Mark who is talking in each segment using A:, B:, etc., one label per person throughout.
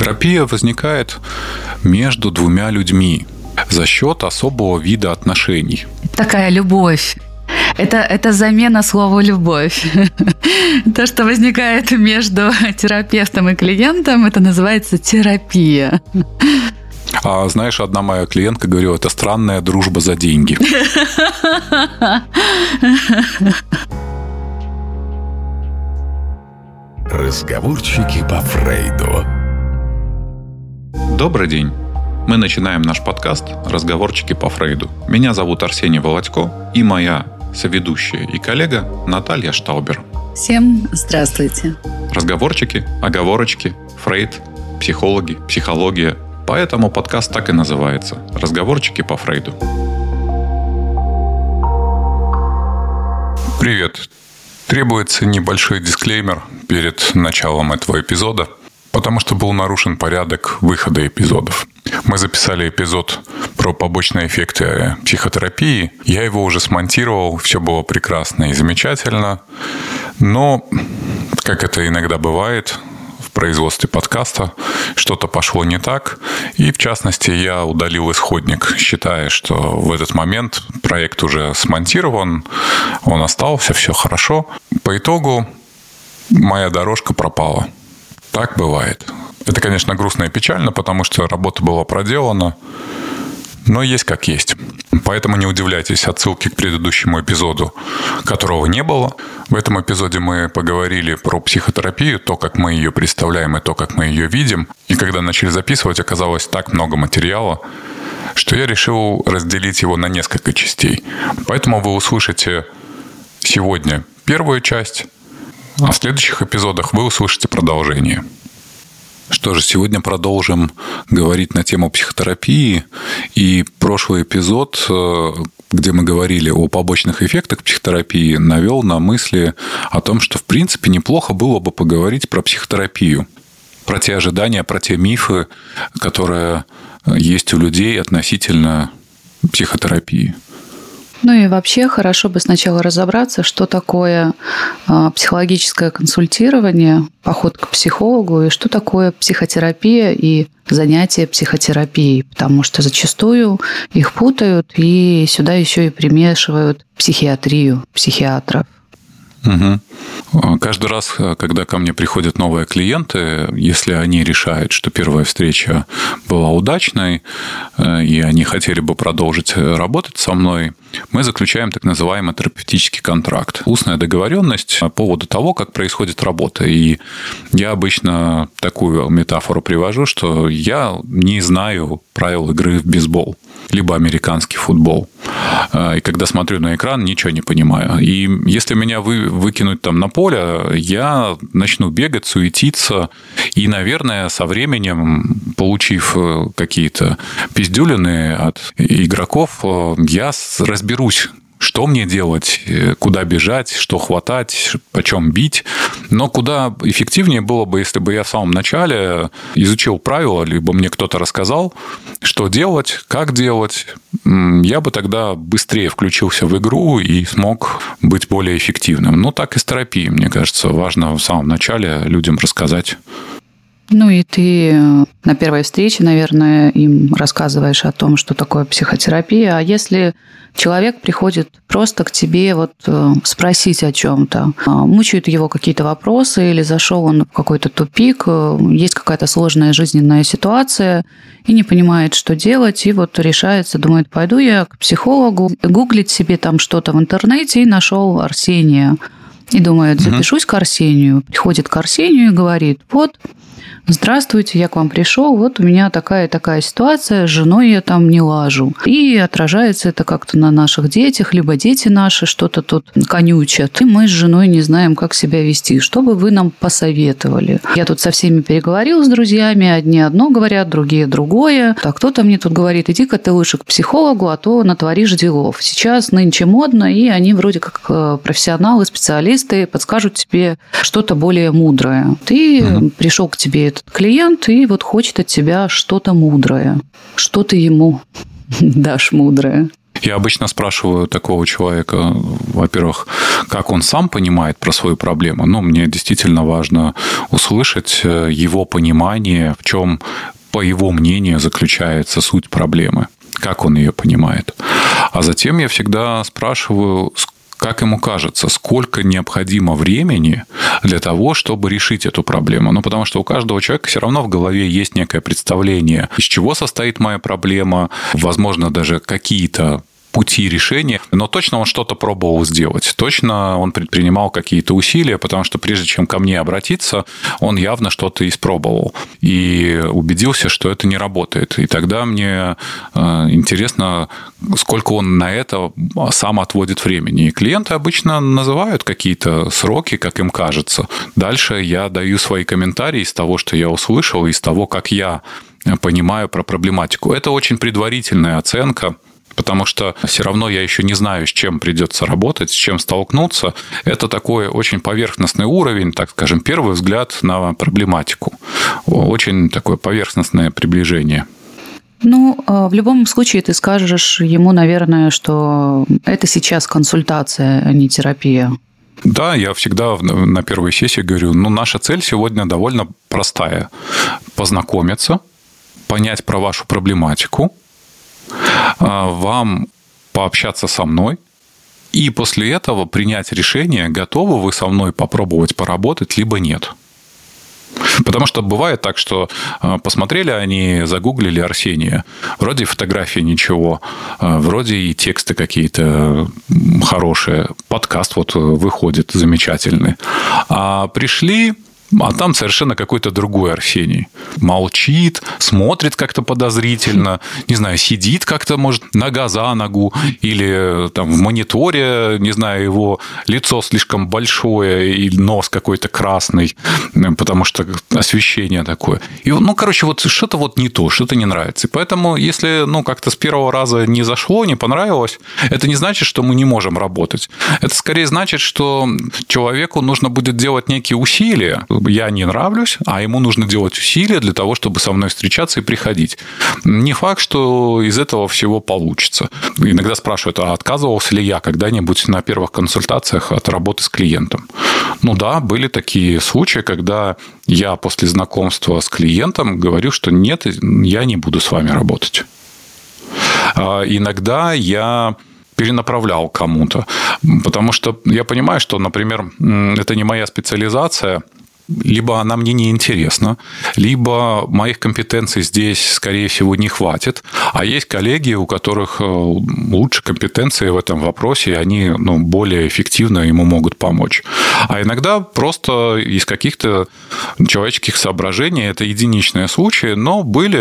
A: Терапия возникает между двумя людьми за счет особого вида отношений.
B: Такая любовь. Это замена слову «любовь». То, что возникает между терапевтом и клиентом, это называется терапия.
A: А знаешь, одна моя клиентка говорила, это странная дружба за деньги.
C: Разговорчики по Фрейду.
A: Добрый день. Мы начинаем наш подкаст «Разговорчики по Фрейду». Меня зовут Арсений Володько и моя соведущая и коллега Наталья Штаубер.
B: Всем здравствуйте.
A: Разговорчики, оговорочки, Фрейд, психологи, психология. Поэтому подкаст так и называется «Разговорчики по Фрейду». Привет. Требуется небольшой дисклеймер перед началом этого эпизода, потому что был нарушен порядок выхода эпизодов. Мы записали эпизод про побочные эффекты психотерапии. Я его уже смонтировал, все было прекрасно и замечательно. Но, как это иногда бывает в производстве подкаста, что-то пошло не так. И, в частности, я удалил исходник, считая, что в этот момент проект уже смонтирован, он остался, все хорошо. По итогу моя дорожка пропала. Так бывает. Это, конечно, грустно и печально, потому что работа была проделана, но есть как есть. Поэтому не удивляйтесь отсылке к предыдущему эпизоду, которого не было. В этом эпизоде мы поговорили про психотерапию, то, как мы ее представляем и то, как мы ее видим. И когда начали записывать, оказалось так много материала, что я решил разделить его на несколько частей. Поэтому вы услышите сегодня первую часть, а в следующих эпизодах вы услышите продолжение. Что же, сегодня продолжим говорить на тему психотерапии. И прошлый эпизод, где мы говорили о побочных эффектах психотерапии, навел на мысли о том, что, в принципе, неплохо было бы поговорить про психотерапию, про те ожидания, про те мифы, которые есть у людей относительно психотерапии.
B: Ну и вообще хорошо бы сначала разобраться, что такое психологическое консультирование, поход к психологу, и что такое психотерапия и занятие психотерапией, потому что зачастую их путают и сюда еще и примешивают психиатрию, психиатров.
A: Угу. Каждый раз, когда ко мне приходят новые клиенты, если они решают, что первая встреча была удачной, и они хотели бы продолжить работать со мной, мы заключаем так называемый терапевтический контракт. Устная договоренность по поводу того, как происходит работа. И я обычно такую метафору привожу, что я не знаю правил игры в бейсбол, либо американский футбол. И когда смотрю на экран, ничего не понимаю. И если меня выкинуть там на поле, я начну бегать, суетиться. И, наверное, со временем, получив какие-то пиздюлины от игроков, я разберусь, что мне делать, куда бежать, что хватать, почем бить. Но куда эффективнее было бы, если бы я в самом начале изучил правила, либо мне кто-то рассказал, что делать, как делать. Я бы тогда быстрее включился в игру и смог быть более эффективным. Но так и с терапией, мне кажется, важно в самом начале людям рассказать.
B: Ну и ты на первой встрече, наверное, им рассказываешь о том, что такое психотерапия. А если человек приходит просто к тебе вот спросить о чем-то, мучают его какие-то вопросы или зашел он в какой-то тупик, есть какая-то сложная жизненная ситуация и не понимает, что делать, и вот решается, думает, пойду я к психологу, гуглить себе там что-то в интернете и нашел Арсения. И думает, запишусь к Арсению. Приходит к Арсению и говорит, вот, здравствуйте, я к вам пришел, вот у меня такая ситуация, с женой я там не лажу. И отражается это как-то на наших детях, либо дети наши что-то тут конючат, и мы с женой не знаем, как себя вести. Что бы вы нам посоветовали? Я тут со всеми переговорил с друзьями, одни одно говорят, другие другое. А кто-то мне тут говорит, иди-ка ты лучше к психологу, а то натворишь делов. Сейчас нынче модно, и они вроде как профессионалы, специалисты подскажут тебе что-то более мудрое. Ты пришел к тебе этот клиент и вот хочет от тебя что-то мудрое. Что ты ему дашь мудрое?
A: Я обычно спрашиваю такого человека, во-первых, как он сам понимает про свою проблему. Мне действительно важно услышать его понимание, в чем, по его мнению, заключается суть проблемы, как он ее понимает. А затем я всегда спрашиваю, как ему кажется, сколько необходимо времени для того, чтобы решить эту проблему. Потому что у каждого человека все равно в голове есть некое представление, из чего состоит моя проблема, возможно, даже какие-то пути решения, но точно он что-то пробовал сделать, точно он предпринимал какие-то усилия, потому что прежде чем ко мне обратиться, он явно что-то испробовал и убедился, что это не работает. И тогда мне интересно, сколько он на это сам отводит времени. И клиенты обычно называют какие-то сроки, как им кажется. Дальше я даю свои комментарии из того, что я услышал, из того, как я понимаю про проблематику. Это очень предварительная оценка, потому что все равно я еще не знаю, с чем придется работать, с чем столкнуться. Это такой очень поверхностный уровень, так скажем, первый взгляд на проблематику. Очень такое поверхностное приближение.
B: В любом случае ты скажешь ему, наверное, что это сейчас консультация, а не терапия.
A: Да, я всегда на первой сессии говорю, наша цель сегодня довольно простая. Познакомиться, понять про вашу проблематику, вам пообщаться со мной и после этого принять решение, готовы вы со мной попробовать поработать, либо нет. Потому что бывает так, что посмотрели они, загуглили Арсения, вроде фотографии ничего, вроде и тексты какие-то хорошие, подкаст выходит замечательный, а пришли... А там совершенно какой-то другой Арсений. Молчит, смотрит как-то подозрительно, не знаю, сидит как-то, может, нога за ногу, или там в мониторе, не знаю, его лицо слишком большое, и нос какой-то красный, потому что освещение такое. И, что-то не то, что-то не нравится. И поэтому, если, как-то с первого раза не зашло, не понравилось, это не значит, что мы не можем работать. Это скорее значит, что человеку нужно будет делать некие усилия. Я не нравлюсь, а ему нужно делать усилия для того, чтобы со мной встречаться и приходить. Не факт, что из этого всего получится. Иногда спрашивают, а отказывался ли я когда-нибудь на первых консультациях от работы с клиентом? Да, были такие случаи, когда я после знакомства с клиентом говорю, что нет, я не буду с вами работать. Иногда я перенаправлял кому-то, потому что я понимаю, что, например, это не моя специализация, либо она мне не интересна, либо моих компетенций здесь, скорее всего, не хватит. А есть коллеги, у которых лучше компетенции в этом вопросе, и они более эффективно ему могут помочь. А иногда просто из каких-то человеческих соображений, это единичные случаи, но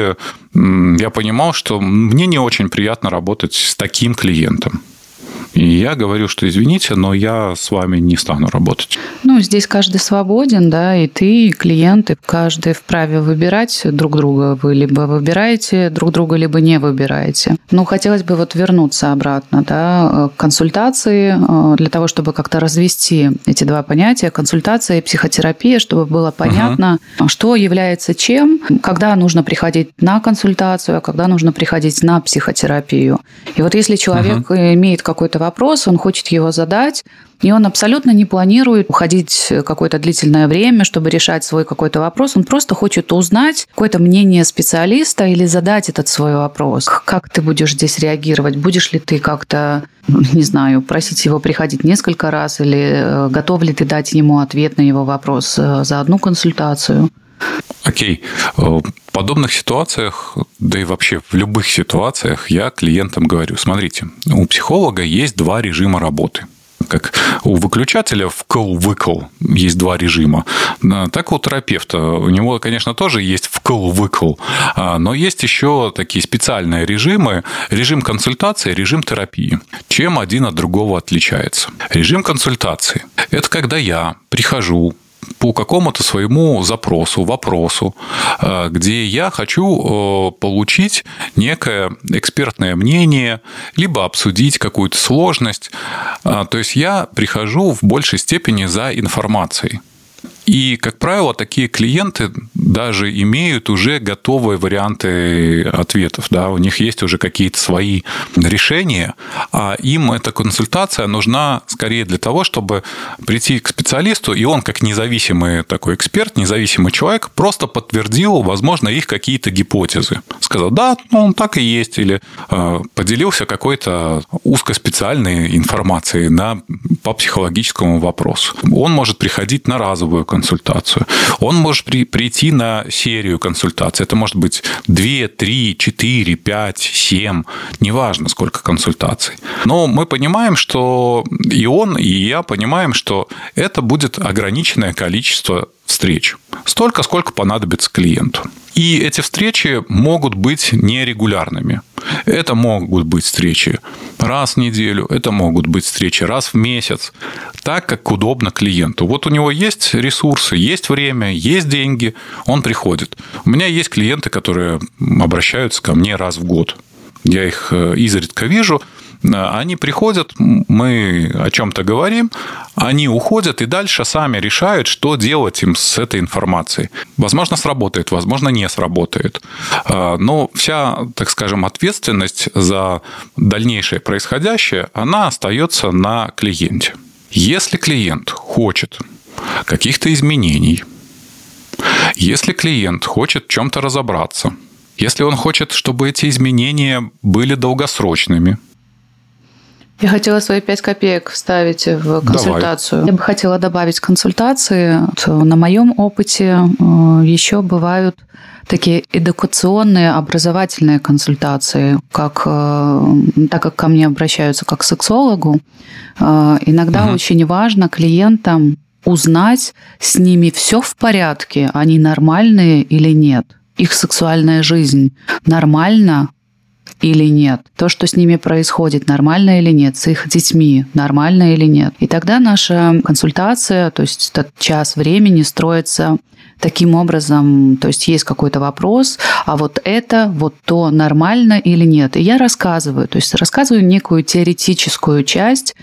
A: я понимал, что мне не очень приятно работать с таким клиентом. И я говорю, что извините, но я с вами не стану работать.
B: Здесь каждый свободен, да, и ты, и клиенты, каждый вправе выбирать друг друга. Вы либо выбираете друг друга, либо не выбираете. Хотелось бы вернуться обратно, да, к консультации, для того, чтобы как-то развести эти два понятия, консультация и психотерапия, чтобы было понятно, что является чем, когда нужно приходить на консультацию, а когда нужно приходить на психотерапию. И если человек имеет какой-то вопрос, он хочет его задать, и он абсолютно не планирует уходить какое-то длительное время, чтобы решать свой какой-то вопрос. Он просто хочет узнать какое-то мнение специалиста или задать этот свой вопрос. Как ты будешь здесь реагировать? Будешь ли ты как-то, не знаю, просить его приходить несколько раз? Или готов ли ты дать ему ответ на его вопрос за одну консультацию?
A: Окей. В подобных ситуациях, да и вообще в любых ситуациях я клиентам говорю, смотрите, у психолога есть два режима работы. Как у выключателя вкл-выкл есть два режима, так у терапевта. У него, конечно, тоже есть вкл-выкл, но есть еще такие специальные режимы. Режим консультации, режим терапии. Чем один от другого отличается? Режим консультации – это когда я прихожу по какому-то своему вопросу, где я хочу получить некое экспертное мнение, либо обсудить какую-то сложность. То есть я прихожу в большей степени за информацией. И, как правило, такие клиенты даже имеют уже готовые варианты ответов. Да? У них есть уже какие-то свои решения, а им эта консультация нужна скорее для того, чтобы прийти к специалисту, и он, как независимый такой эксперт, независимый человек, просто подтвердил, возможно, их какие-то гипотезы. Сказал, да, он так и есть, или поделился какой-то узкоспециальной информацией по психологическому вопросу. Он может приходить на разовую консультацию. Он может прийти на серию консультаций. Это может быть 2, 3, 4, 5, 7, неважно, сколько консультаций. Но мы понимаем, что и он, и я понимаем, что это будет ограниченное количество встреч. Столько, сколько понадобится клиенту. И эти встречи могут быть нерегулярными. Это могут быть встречи раз в неделю, это могут быть встречи раз в месяц, так, как удобно клиенту. Вот у него есть ресурсы, есть время, есть деньги, он приходит. У меня есть клиенты, которые обращаются ко мне раз в год. Я их изредка вижу. Они приходят, мы о чем-то говорим, они уходят и дальше сами решают, что делать им с этой информацией. Возможно, сработает, возможно, не сработает. Но вся, так скажем, ответственность за дальнейшее происходящее, она остается на клиенте. Если клиент хочет каких-то изменений, если клиент хочет в чем-то разобраться, если он хочет, чтобы эти изменения были долгосрочными.
B: Я хотела свои 5 копеек вставить в консультацию. Давай. Я бы хотела добавить консультации. На моем опыте еще бывают такие эдукационные, образовательные консультации, так как ко мне обращаются как к сексологу. Иногда очень важно клиентам узнать, с ними все в порядке, они нормальные или нет. Их сексуальная жизнь нормальна или нет. То, что с ними происходит, нормально или нет. С их детьми, нормально или нет. И тогда наша консультация, то есть этот час времени строится таким образом, то есть есть какой-то вопрос, а вот это, вот то нормально или нет. И я рассказываю, то есть рассказываю некую теоретическую часть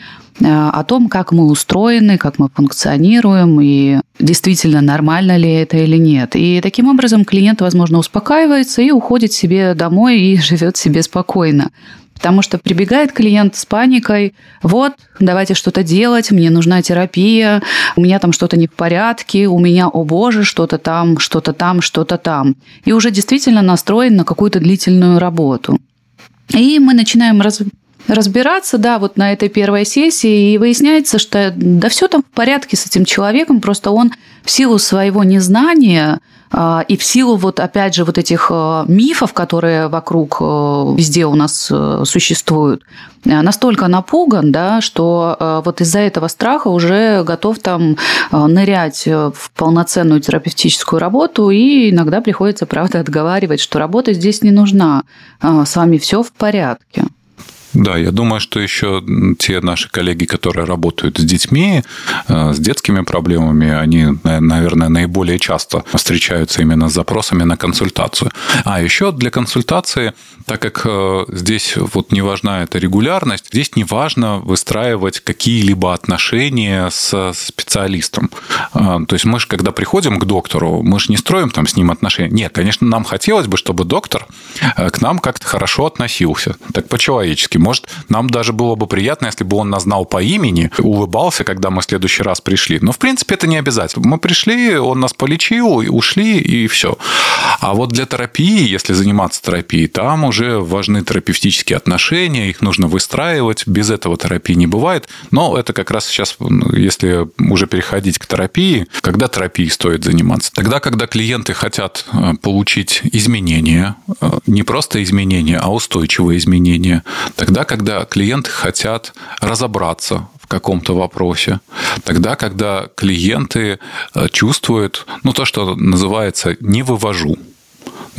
B: о том, как мы устроены, как мы функционируем, и действительно, нормально ли это или нет. И таким образом клиент, возможно, успокаивается и уходит себе домой и живет себе спокойно. Потому что прибегает клиент с паникой, вот, давайте что-то делать, мне нужна терапия, у меня там что-то не в порядке, у меня, о боже, что-то там, что-то там, что-то там. И уже действительно настроен на какую-то длительную работу. И мы начинаем разбираться, да, вот на этой первой сессии, и выясняется, что да все там в порядке с этим человеком, просто он в силу своего незнания и в силу вот опять же вот этих мифов, которые вокруг везде у нас существуют, настолько напуган, да, что вот из-за этого страха уже готов там нырять в полноценную терапевтическую работу, и иногда приходится, правда, отговаривать, что работа здесь не нужна, с вами все в порядке.
A: Да, я думаю, что еще те наши коллеги, которые работают с детьми, с детскими проблемами, они, наверное, наиболее часто встречаются именно с запросами на консультацию. А еще для консультации, так как здесь вот не важна эта регулярность, здесь не важно выстраивать какие-либо отношения с специалистом. То есть мы же, когда приходим к доктору, мы же не строим там с ним отношения. Нет, конечно, нам хотелось бы, чтобы доктор к нам как-то хорошо относился, так по-человечески. Может, нам даже было бы приятно, если бы он нас знал по имени, улыбался, когда мы в следующий раз пришли. Но, в принципе, это не обязательно. Мы пришли, он нас полечил, ушли, и все. А вот для терапии, если заниматься терапией, там уже важны терапевтические отношения, их нужно выстраивать. Без этого терапии не бывает. Но это как раз сейчас, если уже переходить к терапии, когда терапией стоит заниматься? Тогда, когда клиенты хотят получить изменения, не просто изменения, а устойчивые изменения, тогда, когда клиенты хотят разобраться в каком-то вопросе, тогда, когда клиенты чувствуют, то, что называется «не вывожу».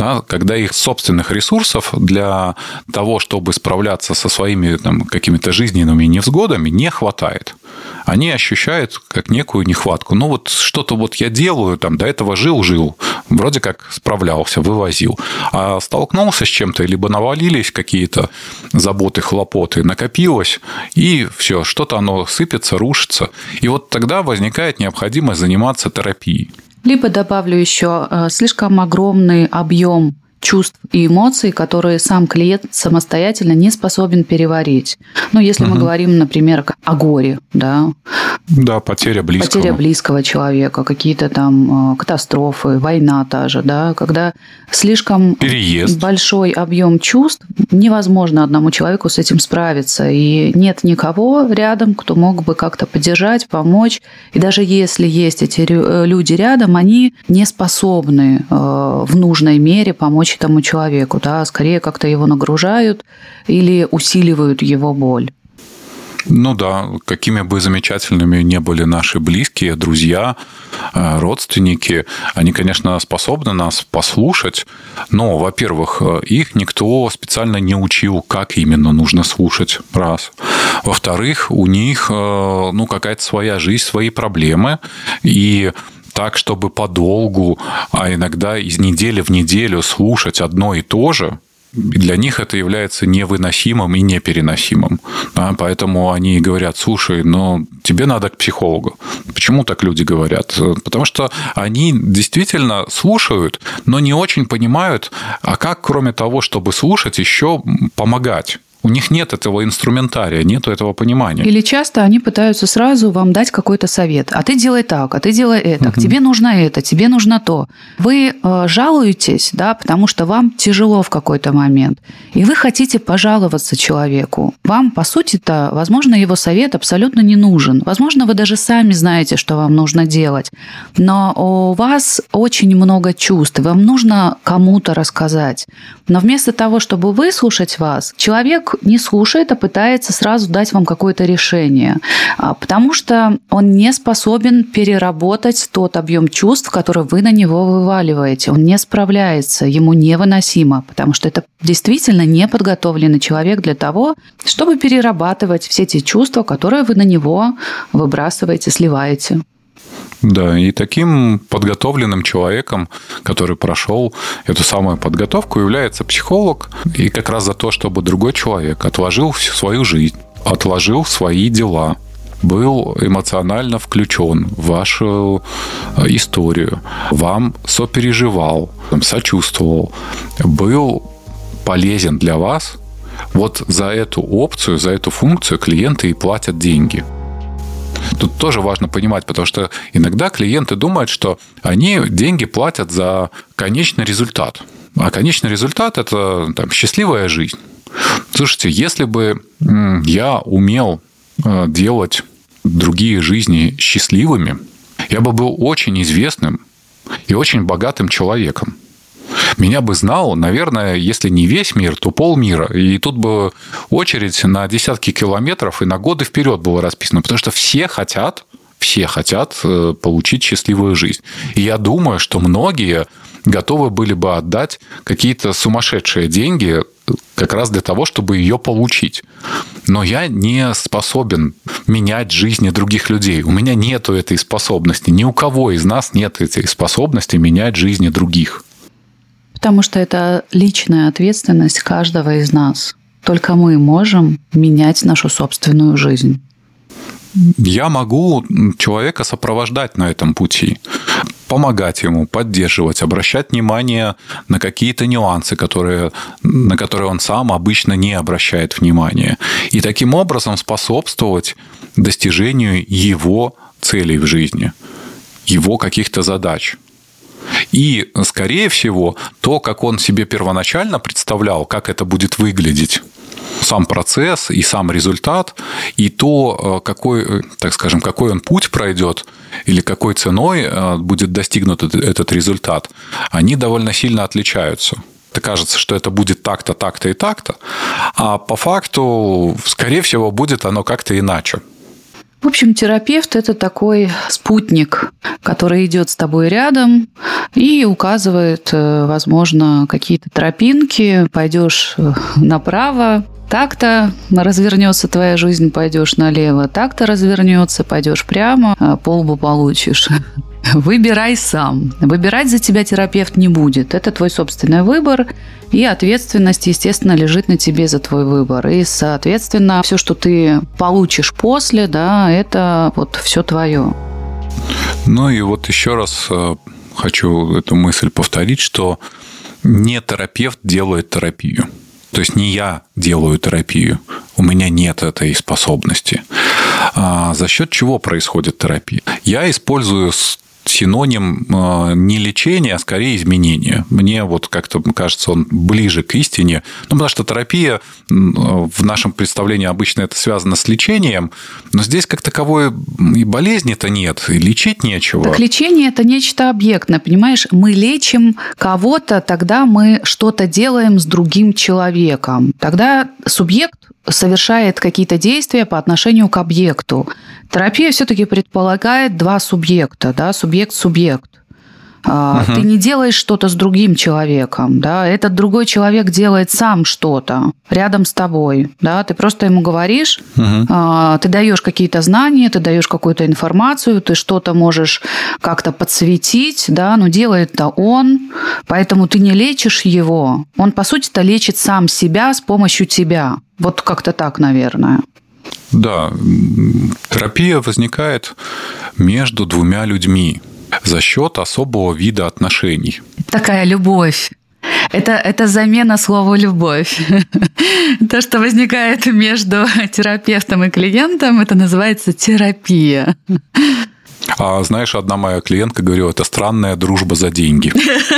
A: да, когда их собственных ресурсов для того, чтобы справляться со своими там, какими-то жизненными невзгодами, не хватает. Они ощущают как некую нехватку. Ну, вот что-то вот я делаю, там, до этого жил, вроде как справлялся, вывозил. А столкнулся с чем-то, либо навалились какие-то заботы, хлопоты, накопилось, и все, что-то оно сыпется, рушится. И вот тогда возникает необходимость заниматься терапией.
B: Либо добавлю еще слишком огромный объем чувств и эмоций, которые сам клиент самостоятельно не способен переварить. Ну, если мы говорим, например, о горе, да.
A: Да, потеря близкого.
B: Потеря близкого человека, какие-то там катастрофы, война та же, да, когда слишком
A: переезд.
B: Большой объем чувств, невозможно одному человеку с этим справиться, и нет никого рядом, кто мог бы как-то поддержать, помочь, и даже если есть эти люди рядом, они не способны в нужной мере помочь этому человеку, да, скорее как-то его нагружают или усиливают его боль.
A: Ну да, какими бы замечательными ни были наши близкие, друзья, родственники, они, конечно, способны нас послушать, но, во-первых, их никто специально не учил, как именно нужно слушать, раз. Во-вторых, у них какая-то своя жизнь, свои проблемы, и так, чтобы подолгу, а иногда из недели в неделю слушать одно и то же, для них это является невыносимым и непереносимым. Да, поэтому они говорят: слушай, тебе надо к психологу. Почему так люди говорят? Потому что они действительно слушают, но не очень понимают, а как, кроме того, чтобы слушать, еще помогать. У них нет этого инструментария, нет этого понимания.
B: Или часто они пытаются сразу вам дать какой-то совет. А ты делай так, а ты делай это, тебе нужно это, тебе нужно то. Вы жалуетесь, да, потому что вам тяжело в какой-то момент. И вы хотите пожаловаться человеку. Вам, по сути-то, возможно, его совет абсолютно не нужен. Возможно, вы даже сами знаете, что вам нужно делать. Но у вас очень много чувств, и вам нужно кому-то рассказать. Но вместо того, чтобы выслушать вас, человек не слушает, а пытается сразу дать вам какое-то решение, потому что он не способен переработать тот объем чувств, который вы на него вываливаете. Он не справляется, ему невыносимо, потому что это действительно неподготовленный человек для того, чтобы перерабатывать все те чувства, которые вы на него выбрасываете, сливаете.
A: Да, и таким подготовленным человеком, который прошел эту самую подготовку, является психолог. И как раз за то, чтобы другой человек отложил всю свою жизнь, отложил свои дела, был эмоционально включен в вашу историю, вам сопереживал, сочувствовал, был полезен для вас, вот за эту опцию, за эту функцию клиенты и платят деньги. Тут тоже важно понимать, потому что иногда клиенты думают, что они деньги платят за конечный результат. А конечный результат – это счастливая жизнь. Слушайте, если бы я умел делать другие жизни счастливыми, я бы был очень известным и очень богатым человеком. Меня бы знал, наверное, если не весь мир, то полмира. И тут бы очередь на десятки километров и на годы вперед была расписана. Потому что все хотят получить счастливую жизнь. И я думаю, что многие готовы были бы отдать какие-то сумасшедшие деньги как раз для того, чтобы ее получить. Но я не способен менять жизни других людей. У меня нету этой способности. Ни у кого из нас нет этой способности менять жизни других.
B: Потому что это личная ответственность каждого из нас. Только мы можем менять нашу собственную жизнь.
A: Я могу человека сопровождать на этом пути, помогать ему, поддерживать, обращать внимание на какие-то нюансы, на которые он сам обычно не обращает внимания. И таким образом способствовать достижению его целей в жизни, его каких-то задач. И, скорее всего, то, как он себе первоначально представлял, как это будет выглядеть, сам процесс и сам результат, и то, какой он путь пройдет или какой ценой будет достигнут этот результат, они довольно сильно отличаются. Кажется, что это будет так-то, так-то и так-то, а по факту, скорее всего, будет оно как-то иначе.
B: В общем, терапевт – это такой спутник, который идет с тобой рядом и указывает, возможно, какие-то тропинки. Пойдешь направо, так-то развернется твоя жизнь, пойдешь налево, так-то развернется, пойдешь прямо, по лбу получишь. Выбирай сам. Выбирать за тебя терапевт не будет. Это твой собственный выбор, и ответственность, естественно, лежит на тебе за твой выбор. И, соответственно, все, что ты получишь после, да, это вот все твое.
A: Ну и вот еще раз хочу эту мысль повторить, что не терапевт делает терапию. То есть не я делаю терапию, у меня нет этой способности. За счет чего происходит терапия? Я использую синоним не лечения, а скорее изменения. Мне вот как-то кажется, он ближе к истине. Ну, потому что терапия в нашем представлении обычно это связано с лечением, но здесь как таковой и болезни-то нет, и лечить нечего.
B: Так лечение – это нечто объектное, понимаешь? Мы лечим кого-то, тогда мы что-то делаем с другим человеком. Тогда субъект совершает какие-то действия по отношению к объекту. Терапия все-таки предполагает два субъекта, да, субъект-субъект. Ты не делаешь что-то с другим человеком, да, этот другой человек делает сам что-то рядом с тобой, да, ты просто ему говоришь, ты даешь какие-то знания, ты даешь какую-то информацию, ты что-то можешь как-то подсветить, да, но делает-то он, поэтому ты не лечишь его, он, по сути-то, лечит сам себя с помощью тебя. Вот как-то так, наверное.
A: Да, терапия возникает между двумя людьми за счет особого вида отношений.
B: Такая любовь. Это замена слову «любовь». То, что возникает между терапевтом и клиентом, это называется терапия.
A: А знаешь, одна моя клиентка говорила, это странная дружба за деньги.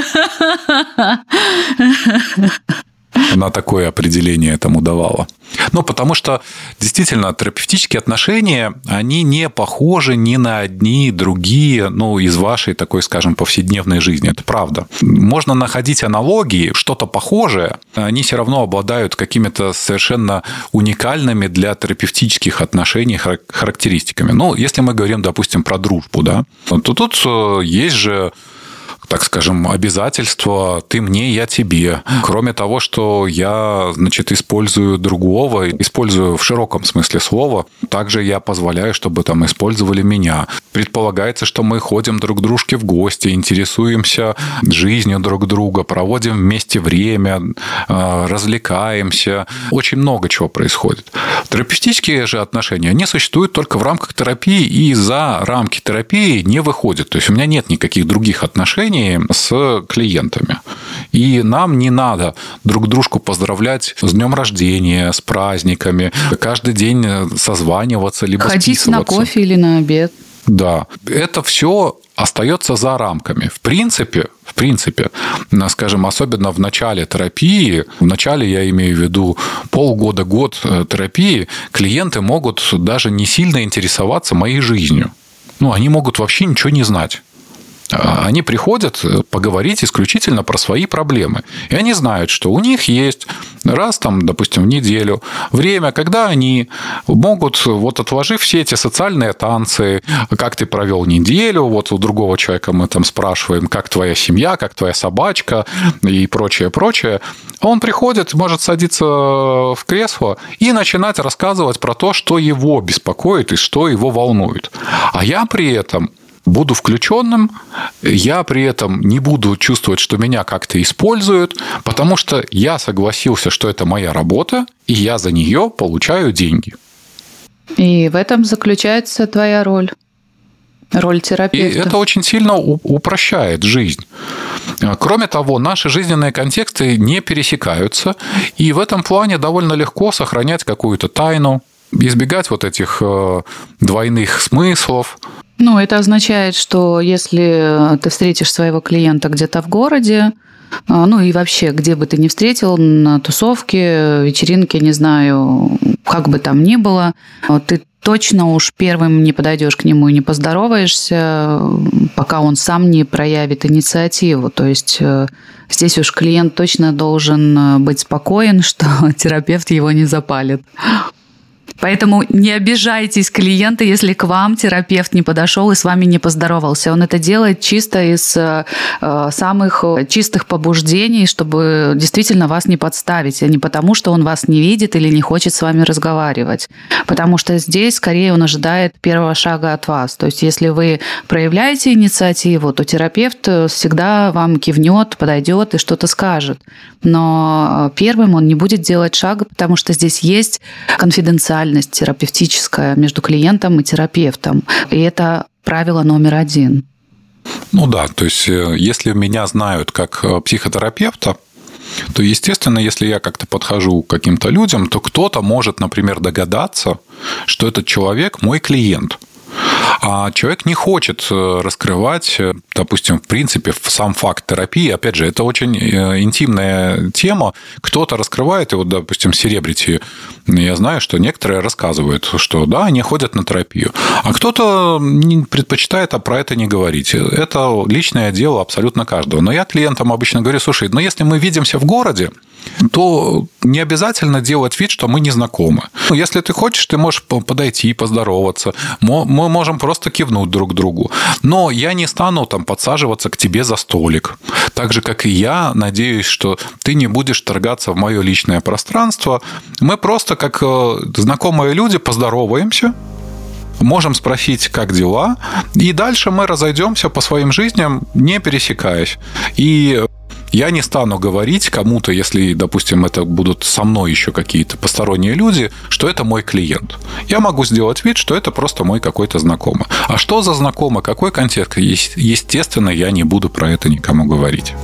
A: Она такое определение этому давала. Ну, потому что, действительно, терапевтические отношения, они не похожи ни на одни другие, ну, из вашей такой, скажем, повседневной жизни. Это правда. Можно находить аналогии, что-то похожее, они все равно обладают какими-то совершенно уникальными для терапевтических отношений характеристиками. Ну, если мы говорим, допустим, про дружбу, да, то тут есть же, так скажем, обязательства «ты мне, я тебе». Кроме того, что я, значит, использую другого, использую в широком смысле слова, также я позволяю, чтобы там использовали меня. Предполагается, что мы ходим друг к дружке в гости, интересуемся жизнью друг друга, проводим вместе время, развлекаемся. Очень много чего происходит. Терапевтические же отношения, они существуют только в рамках терапии и за рамки терапии не выходят. То есть у меня нет никаких других отношений с клиентами. И нам не надо друг дружку поздравлять с днем рождения, с праздниками, каждый день созваниваться, либо
B: ходить
A: списываться.
B: на кофе или на обед.
A: Да, это все остается за рамками. В принципе, скажем, особенно в начале терапии, в начале я имею в виду полгода-год терапии, клиенты могут даже не сильно интересоваться моей жизнью. Ну, они могут вообще ничего не знать. Они приходят поговорить исключительно про свои проблемы. И они знают, что у них есть раз, там, допустим, в неделю время, когда они могут, вот отложив все эти социальные танцы, как ты провел неделю, вот у другого человека мы там спрашиваем, как твоя семья, как твоя собачка и прочее. Он приходит, может садиться в кресло и начинать рассказывать про то, что его беспокоит и что его волнует. А я при этом буду включенным, я при этом не буду чувствовать, что меня как-то используют, потому что я согласился, что это моя работа, и я за нее получаю деньги.
B: И в этом заключается твоя роль. Роль терапевта.
A: И это очень сильно упрощает жизнь. Кроме того, наши жизненные контексты не пересекаются, и в этом плане довольно легко сохранять какую-то тайну, избегать вот этих двойных смыслов.
B: Ну, это означает, что если ты встретишь своего клиента где-то в городе, ну и вообще, где бы ты ни встретил, на тусовке, вечеринке, не знаю, как бы там ни было, ты точно уж первым не подойдешь к нему и не поздороваешься, пока он сам не проявит инициативу. То есть здесь уж клиент точно должен быть спокоен, что терапевт его не запалит. Поэтому не обижайтесь, клиенты, если к вам терапевт не подошел и с вами не поздоровался. Он это делает чисто из самых чистых побуждений, чтобы действительно вас не подставить, а не потому, что он вас не видит или не хочет с вами разговаривать. Потому что здесь скорее он ожидает первого шага от вас. То есть если вы проявляете инициативу, то терапевт всегда вам кивнет, подойдет и что-то скажет. Но первым он не будет делать шага, потому что здесь есть конфиденциальность терапевтическая между клиентом и терапевтом. И это правило номер 1.
A: Ну да, то есть если меня знают как психотерапевта, то, естественно, если я как-то подхожу к каким-то людям, то кто-то может, например, догадаться, что этот человек мой клиент. А человек не хочет раскрывать, допустим, в принципе, сам факт терапии. Опять же, это очень интимная тема. Кто-то раскрывает, и вот, допустим, селебрити, я знаю, что некоторые рассказывают, что да, они ходят на терапию. А кто-то предпочитает про это не говорить. Это личное дело абсолютно каждого. Но я клиентам обычно говорю, слушай, но если мы видимся в городе, то не обязательно делать вид, что мы не знакомы. Если ты хочешь, ты можешь подойти и поздороваться. Мы можем просто кивнуть друг другу. Но я не стану там подсаживаться к тебе за столик. Так же, как и я, надеюсь, что ты не будешь вторгаться в мое личное пространство. Мы просто, как знакомые люди, поздороваемся, можем спросить, как дела, и дальше мы разойдемся по своим жизням, не пересекаясь. И я не стану говорить кому-то, если, допустим, это будут со мной еще какие-то посторонние люди, что это мой клиент. Я могу сделать вид, что это просто мой какой-то знакомый. А что за знакомый, какой контекст, естественно, я не буду про это никому говорить.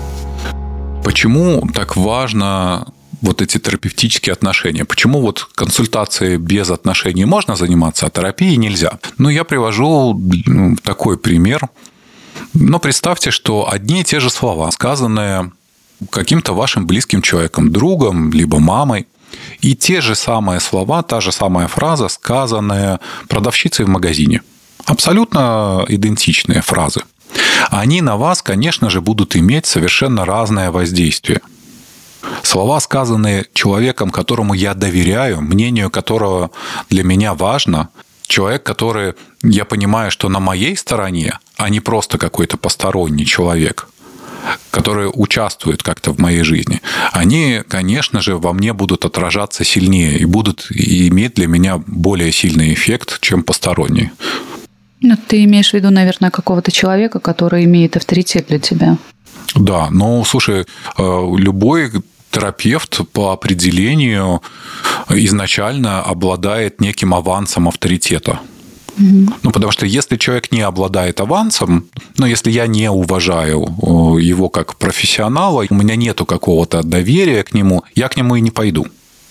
A: Почему так важно вот эти терапевтические отношения? Почему вот консультации без отношений можно заниматься, а терапией нельзя? Ну, я привожу такой пример. Но представьте, что одни и те же слова, сказанные каким-то вашим близким человеком, другом, либо мамой, и те же самые слова, та же самая фраза, сказанная продавщицей в магазине. Абсолютно идентичные фразы. Они на вас, конечно же, будут иметь совершенно разное воздействие. Слова, сказанные человеком, которому я доверяю, мнению которого для меня важно, человек, который, я понимаю, что на моей стороне, а не просто какой-то посторонний человек, который участвует как-то в моей жизни, они, конечно же, во мне будут отражаться сильнее и будут иметь для меня более сильный эффект, чем посторонние.
B: Ну, ты имеешь в виду, наверное, какого-то человека, который имеет авторитет для тебя.
A: Да, но, слушай, любой терапевт по определению изначально обладает неким авансом авторитета. Ну, потому что если человек не обладает авансом, ну, если я не уважаю его как профессионала, у меня нету какого-то доверия к нему, я к нему и не пойду.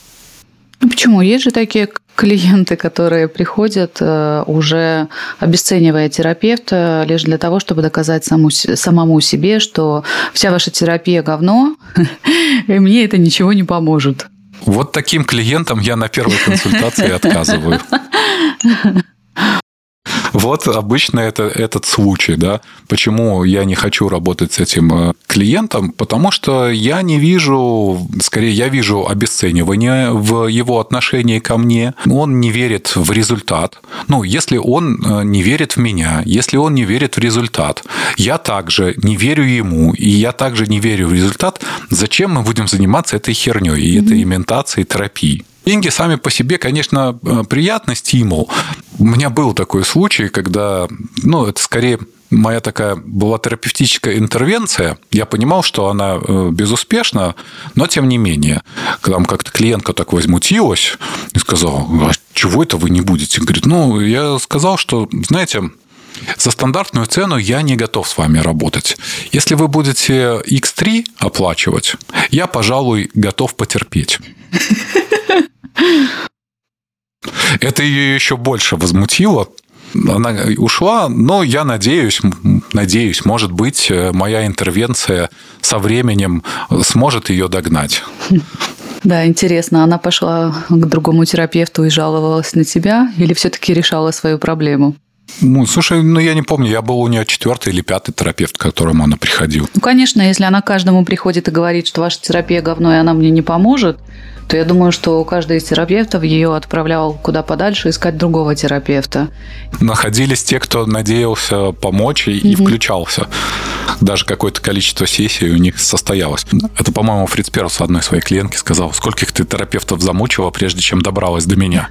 B: Ну, почему? Есть же такие клиенты, которые приходят, уже обесценивая терапевта, лишь для того, чтобы доказать самому себе, что вся ваша терапия говно, и мне это ничего не поможет.
A: Вот таким клиентам я на первой консультации отказываю. Вот обычно это этот случай, да. Почему я не хочу работать с этим клиентом? Потому что я не вижу, скорее, я вижу обесценивание в его отношении ко мне. Он не верит в результат. Ну, если он не верит в меня, если он не верит в результат, я также не верю ему, и я также не верю в результат, зачем мы будем заниматься этой херней и этой имитацией терапии? Деньги сами по себе, конечно, приятный стимул. У меня был такой случай, когда, ну, это скорее моя такая была терапевтическая интервенция. Я понимал, что она безуспешна, но тем не менее. Там как-то клиентка так возмутилась и сказала: а чего это вы не будете? Говорит, ну, я сказал, что, знаете, за стандартную цену я не готов с вами работать. Если вы будете X3 оплачивать, я, пожалуй, готов потерпеть. Это ее еще больше возмутило. Она ушла, но я надеюсь, может быть, моя интервенция со временем сможет ее догнать.
B: Да, интересно, она пошла к другому терапевту и жаловалась на тебя или все-таки решала свою проблему?
A: Слушай, я не помню, я был у нее 4-й или 5-й терапевт, к которому она приходила.
B: Конечно, если она каждому приходит и говорит, что ваша терапия говно, и она мне не поможет, то я думаю, что каждый из терапевтов ее отправлял куда подальше искать другого терапевта.
A: Находились те, кто надеялся помочь и включался. Даже какое-то количество сессий у них состоялось. Это, по-моему, Фриц Перлс одной своей клиентке сказал: скольких ты терапевтов замучила, прежде чем добралась до меня.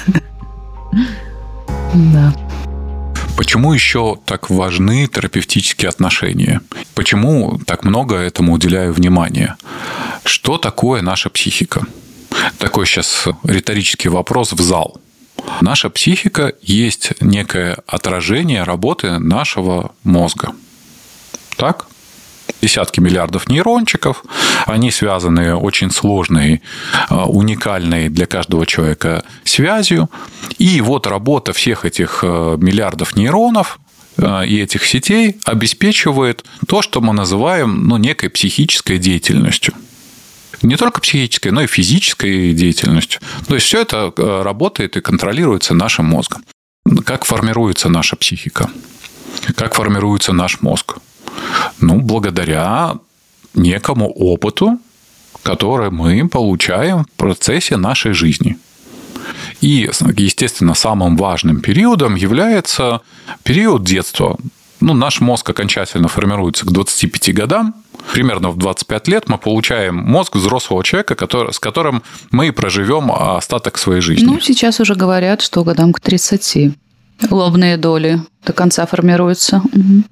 B: Да.
A: Почему еще так важны терапевтические отношения? Почему так много этому уделяю внимания? Что такое наша психика? Такой сейчас риторический вопрос в зал. Наша психика есть некое отражение работы нашего мозга. Так? Десятки миллиардов нейрончиков, они связаны очень сложной, уникальной для каждого человека связью. И вот работа всех этих миллиардов нейронов и этих сетей обеспечивает то, что мы называем некой психической деятельностью. Не только психической, но и физической деятельностью. То есть все это работает и контролируется нашим мозгом. Как формируется наша психика? Как формируется наш мозг? Благодаря некому опыту, который мы получаем в процессе нашей жизни. И, естественно, самым важным периодом является период детства. Наш мозг окончательно формируется к 25 годам. Примерно в 25 лет мы получаем мозг взрослого человека, с которым мы проживем остаток своей жизни.
B: Сейчас уже говорят, что годам к 30 лобные доли до конца формируются.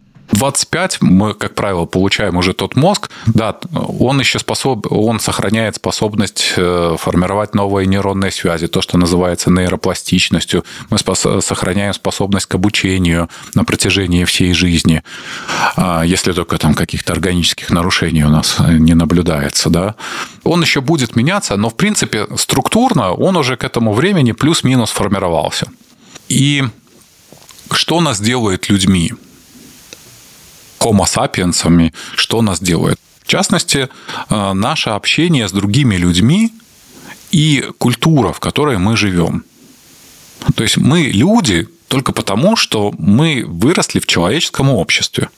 A: 25 мы, как правило, получаем уже тот мозг. Да, он еще он сохраняет способность формировать новые нейронные связи, то, что называется нейропластичностью. Мы сохраняем способность к обучению на протяжении всей жизни, если только там каких-то органических нарушений у нас не наблюдается. Да? Он еще будет меняться, но, в принципе, структурно он уже к этому времени плюс-минус формировался. И что нас делает людьми? Homo sapiens'ами, что нас делает? В частности, наше общение с другими людьми и культура, в которой мы живем. То есть мы люди только потому, что мы выросли в человеческом обществе.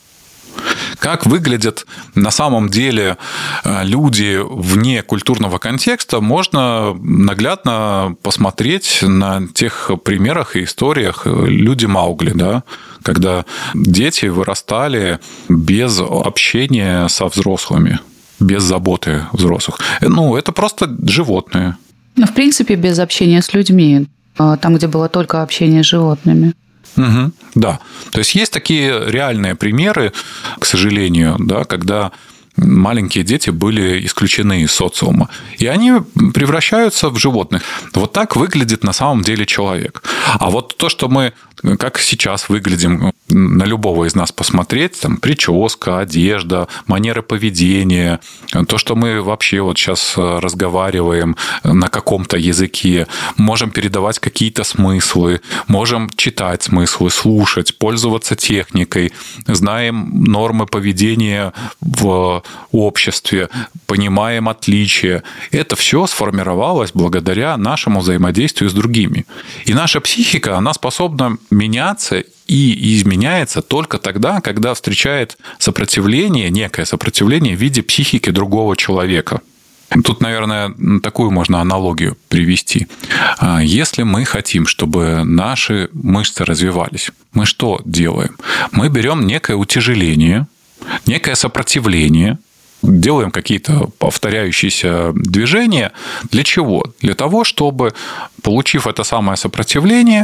A: Как выглядят на самом деле люди вне культурного контекста, можно наглядно посмотреть на тех примерах и историях «Люди Маугли», да? Когда дети вырастали без общения со взрослыми, без заботы взрослых. Это просто животные.
B: В принципе, без общения с людьми, там, где было только общение с животными.
A: Угу, да. То есть есть такие реальные примеры, к сожалению, да, когда маленькие дети были исключены из социума, и они превращаются в животных. Вот так выглядит на самом деле человек. А вот то, что мы, как сейчас выглядим, на любого из нас посмотреть, там, прическа, одежда, манеры поведения, то, что мы вообще вот сейчас разговариваем на каком-то языке, можем передавать какие-то смыслы, можем читать смыслы, слушать, пользоваться техникой, знаем нормы поведения в обществе, понимаем отличия. Это все сформировалось благодаря нашему взаимодействию с другими. И наша психика, она способна меняться и изменяется только тогда, когда встречает сопротивление, некое сопротивление в виде психики другого человека. Тут, наверное, такую можно аналогию привести. Если мы хотим, чтобы наши мышцы развивались, мы что делаем? Мы берем некое утяжеление, некое сопротивление, делаем какие-то повторяющиеся движения. Для чего? Для того, чтобы, получив это самое сопротивление,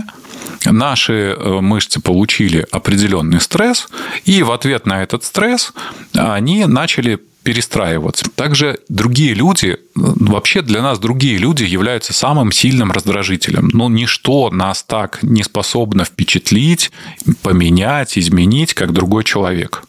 A: наши мышцы получили определенный стресс, и в ответ на этот стресс они начали перестраиваться. Также другие люди, вообще для нас другие люди являются самым сильным раздражителем. Ничто нас так не способно впечатлить, поменять, изменить, как другой человек.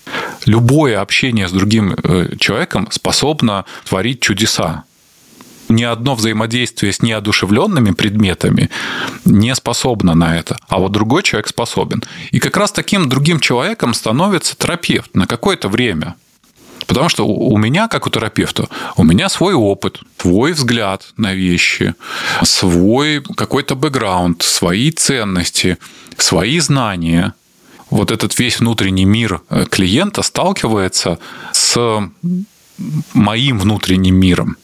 A: Любое общение с другим человеком способно творить чудеса. Ни одно взаимодействие с неодушевленными предметами не способно на это, а вот другой человек способен. И как раз таким другим человеком становится терапевт на какое-то время. Потому что у меня, как у терапевта, у меня свой опыт, свой взгляд на вещи, свой какой-то бэкграунд, свои ценности, свои знания. Вот этот весь внутренний мир клиента сталкивается с моим внутренним миром.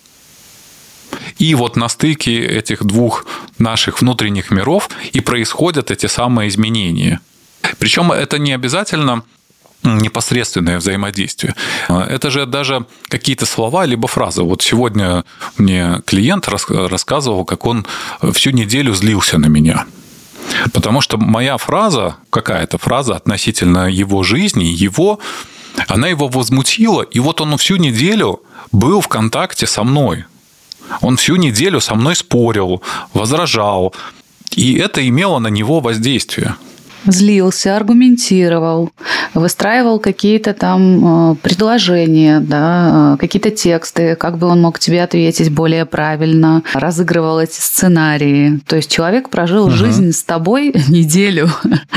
A: И вот на стыке этих двух наших внутренних миров и происходят эти самые изменения. Причем это не обязательно непосредственное взаимодействие. Это же даже какие-то слова либо фразы. Вот сегодня мне клиент рассказывал, как он всю неделю злился на меня. Потому что моя фраза, какая-то фраза относительно его жизни, она его возмутила, и вот он всю неделю был в контакте со мной. Он всю неделю со мной спорил, возражал, и это имело на него воздействие.
B: Злился, аргументировал, выстраивал какие-то там предложения, да, какие-то тексты, как бы он мог тебе ответить более правильно, разыгрывал эти сценарии. То есть человек прожил жизнь с тобой неделю.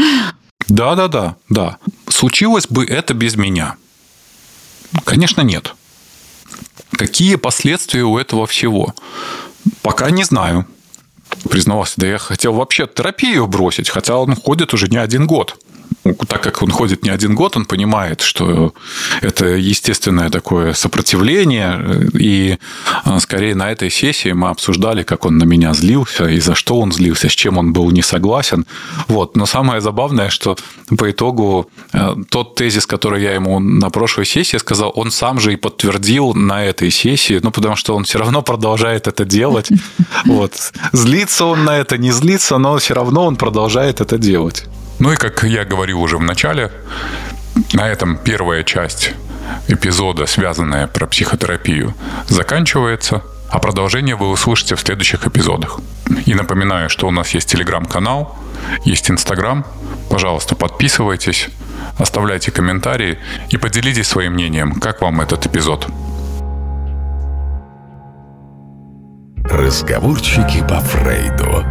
A: Да. Случилось бы это без меня? Конечно, нет. Какие последствия у этого всего? Пока не знаю. Признавался, да я хотел вообще терапию бросить, хотя он ходит уже не 1 год. Так как он ходит не 1 год, он понимает, что это естественное такое сопротивление. И скорее на этой сессии мы обсуждали, как он на меня злился, и за что он злился, с чем он был не согласен. Вот. Но самое забавное, что по итогу тот тезис, который я ему на прошлой сессии сказал, он сам же и подтвердил на этой сессии, потому что он все равно продолжает это делать. Вот. Злится он на это, не злится, но все равно он продолжает это делать. Ну и, как я говорил уже в начале, на этом первая часть эпизода, связанная про психотерапию, заканчивается, а продолжение вы услышите в следующих эпизодах. И напоминаю, что у нас есть телеграм-канал, есть Инстаграм. Пожалуйста, подписывайтесь, оставляйте комментарии и поделитесь своим мнением, как вам этот эпизод.
C: Разговорчики по Фрейду.